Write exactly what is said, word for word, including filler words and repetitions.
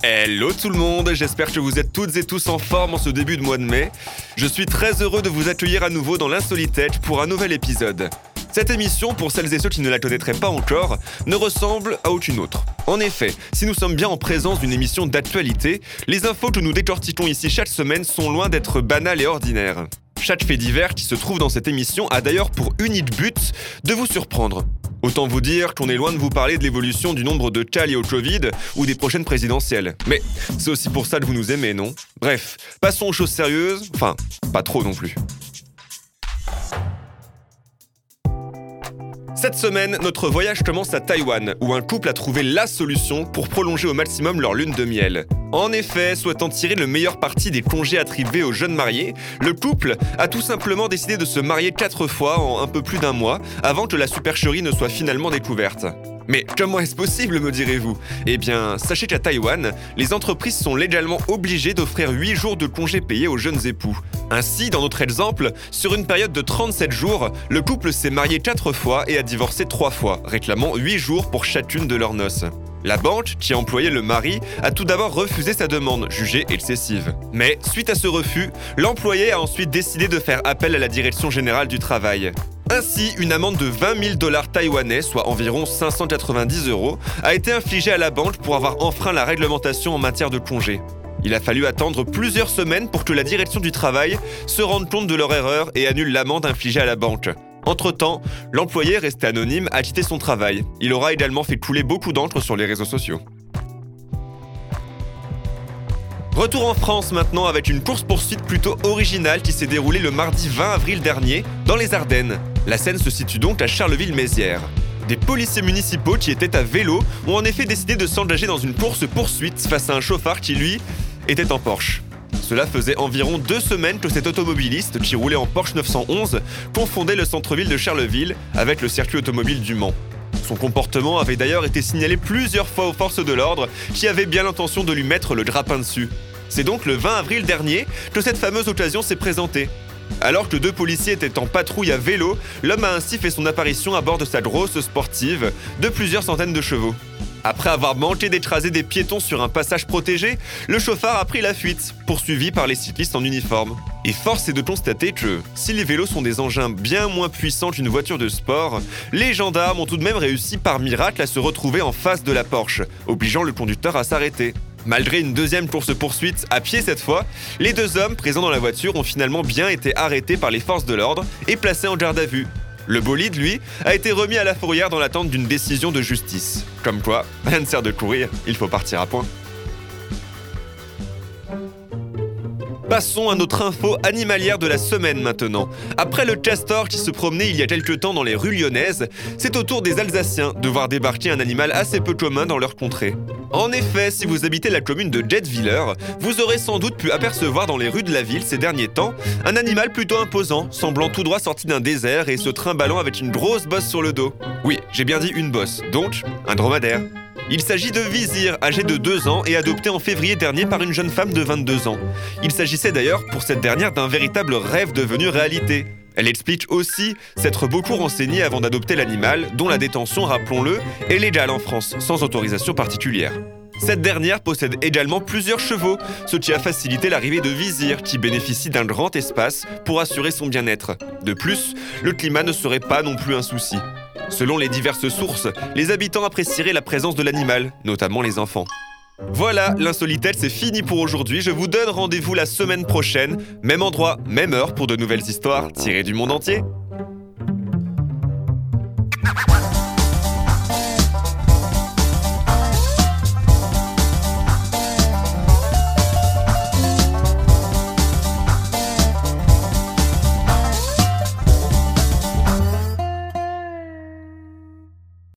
Hello tout le monde, j'espère que vous êtes toutes et tous en forme en ce début de mois de mai. Je suis très heureux de vous accueillir à nouveau dans l'Insolitech pour un nouvel épisode. Cette émission, pour celles et ceux qui ne la connaîtraient pas encore, ne ressemble à aucune autre. En effet, si nous sommes bien en présence d'une émission d'actualité, les infos que nous décortiquons ici chaque semaine sont loin d'être banales et ordinaires. Chaque fait divers qui se trouve dans cette émission a d'ailleurs pour unique but de vous surprendre. Autant vous dire qu'on est loin de vous parler de l'évolution du nombre de cas liés au Covid ou des prochaines présidentielles. Mais c'est aussi pour ça que vous nous aimez, non ? Bref, passons aux choses sérieuses, enfin, pas trop non plus. Cette semaine, notre voyage commence à Taïwan, où un couple a trouvé la solution pour prolonger au maximum leur lune de miel. En effet, souhaitant tirer le meilleur parti des congés attribués aux jeunes mariés, le couple a tout simplement décidé de se marier quatre fois en un peu plus d'un mois, avant que la supercherie ne soit finalement découverte. Mais comment est-ce possible, me direz-vous ? Eh bien, sachez qu'à Taïwan, les entreprises sont légalement obligées d'offrir huit jours de congés payés aux jeunes époux. Ainsi, dans notre exemple, sur une période de trente-sept jours, le couple s'est marié quatre fois et a divorcé trois fois, réclamant huit jours pour chacune de leurs noces. La banque, qui a employé le mari, a tout d'abord refusé sa demande, jugée excessive. Mais, suite à ce refus, l'employé a ensuite décidé de faire appel à la Direction générale du travail. Ainsi, une amende de vingt mille dollars taïwanais, soit environ cinq cent quatre-vingt-dix euros, a été infligée à la banque pour avoir enfreint la réglementation en matière de congés. Il a fallu attendre plusieurs semaines pour que la Direction du travail se rende compte de leur erreur et annule l'amende infligée à la banque. Entre-temps, l'employé, resté anonyme, a quitté son travail. Il aura également fait couler beaucoup d'encre sur les réseaux sociaux. Retour en France maintenant avec une course-poursuite plutôt originale qui s'est déroulée le mardi vingt avril dernier dans les Ardennes. La scène se situe donc à Charleville-Mézières. Des policiers municipaux qui étaient à vélo ont en effet décidé de s'engager dans une course-poursuite face à un chauffard qui, lui, était en Porsche. Cela faisait environ deux semaines que cet automobiliste, qui roulait en Porsche neuf cent onze, confondait le centre-ville de Charleville avec le circuit automobile du Mans. Son comportement avait d'ailleurs été signalé plusieurs fois aux forces de l'ordre, qui avaient bien l'intention de lui mettre le grappin dessus. C'est donc le vingt avril dernier que cette fameuse occasion s'est présentée. Alors que deux policiers étaient en patrouille à vélo, l'homme a ainsi fait son apparition à bord de sa grosse sportive de plusieurs centaines de chevaux. Après avoir manqué d'écraser des piétons sur un passage protégé, le chauffard a pris la fuite, poursuivi par les cyclistes en uniforme. Et force est de constater que, si les vélos sont des engins bien moins puissants qu'une voiture de sport, les gendarmes ont tout de même réussi par miracle à se retrouver en face de la Porsche, obligeant le conducteur à s'arrêter. Malgré une deuxième course-poursuite, à pied cette fois, les deux hommes présents dans la voiture ont finalement bien été arrêtés par les forces de l'ordre et placés en garde à vue. Le bolide, lui, a été remis à la fourrière dans l'attente d'une décision de justice. Comme quoi, rien ne sert de courir, il faut partir à point. Passons à notre info animalière de la semaine maintenant. Après le castor qui se promenait il y a quelques temps dans les rues lyonnaises, c'est au tour des Alsaciens de voir débarquer un animal assez peu commun dans leur contrée. En effet, si vous habitez la commune de Jettwiller, vous aurez sans doute pu apercevoir dans les rues de la ville ces derniers temps un animal plutôt imposant, semblant tout droit sorti d'un désert et se trimballant avec une grosse bosse sur le dos. Oui, j'ai bien dit une bosse, donc un dromadaire. Il s'agit de Vizir, âgé de deux ans et adopté en février dernier par une jeune femme de vingt-deux ans. Il s'agissait d'ailleurs pour cette dernière d'un véritable rêve devenu réalité. Elle explique aussi s'être beaucoup renseignée avant d'adopter l'animal, dont la détention, rappelons-le, est légale en France, sans autorisation particulière. Cette dernière possède également plusieurs chevaux, ce qui a facilité l'arrivée de Vizir, qui bénéficie d'un grand espace pour assurer son bien-être. De plus, le climat ne serait pas non plus un souci. Selon les diverses sources, les habitants apprécieraient la présence de l'animal, notamment les enfants. Voilà, l'Insolitech, c'est fini pour aujourd'hui. Je vous donne rendez-vous la semaine prochaine, même endroit, même heure, pour de nouvelles histoires tirées du monde entier.